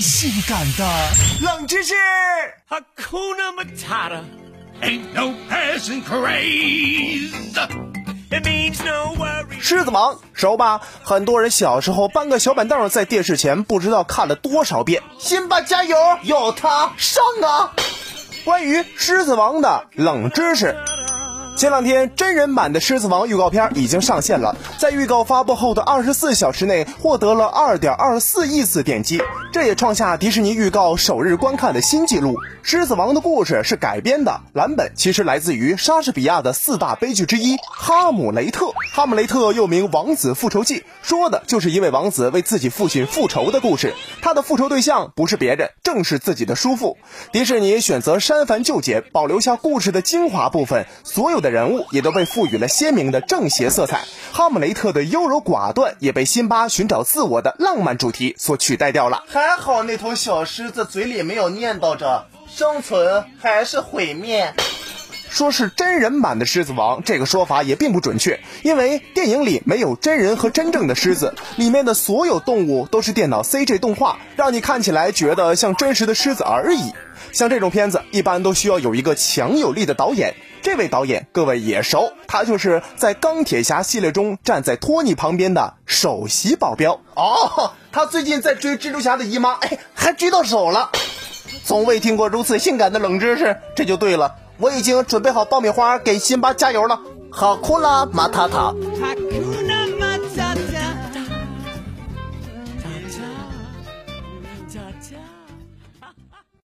性感的冷知识。 Hakuna Matata ain't no passing craze. It means no worries. 狮子王熟吧？很多人小时候搬个小板凳在电视前不知道看了多少遍。辛巴加油，有他上啊！关于狮子王的冷知识。前两天真人版的狮子王预告片已经上线了，在预告发布后的24小时内获得了 2.24 亿次点击，这也创下迪士尼预告首日观看的新纪录。狮子王的故事是改编的，蓝本其实来自于莎士比亚的4大悲剧之一《哈姆雷特》。哈姆雷特又名《王子复仇记》，说的就是一位王子为自己父亲复仇的故事。他的复仇对象不是别人，正是自己的叔父。迪士尼选择删繁就简，保留下故事的精华部分，所有的人物也都被赋予了鲜明的正邪色彩。哈姆雷特的优柔寡断也被辛巴寻找自我的浪漫主题所取代掉了。 还好那头小狮子嘴里没有念叨着生存还是毁灭。 说是真人版的狮子王，这个说法也并不准确，因为电影里没有真人和真正的狮子，里面的所有动物都是电脑 CG 动画，让你看起来觉得像真实的狮子而已。像这种片子一般都需要有一个强有力的导演，这位导演各位也熟，他就是在钢铁侠系列中站在托尼旁边的首席保镖。 哦，他最近在追蜘蛛侠的姨妈，还追到手了。从未听过如此性感的冷知识，这就对了，我已经准备好爆米花给辛巴加油了。哈库拉马塔塔。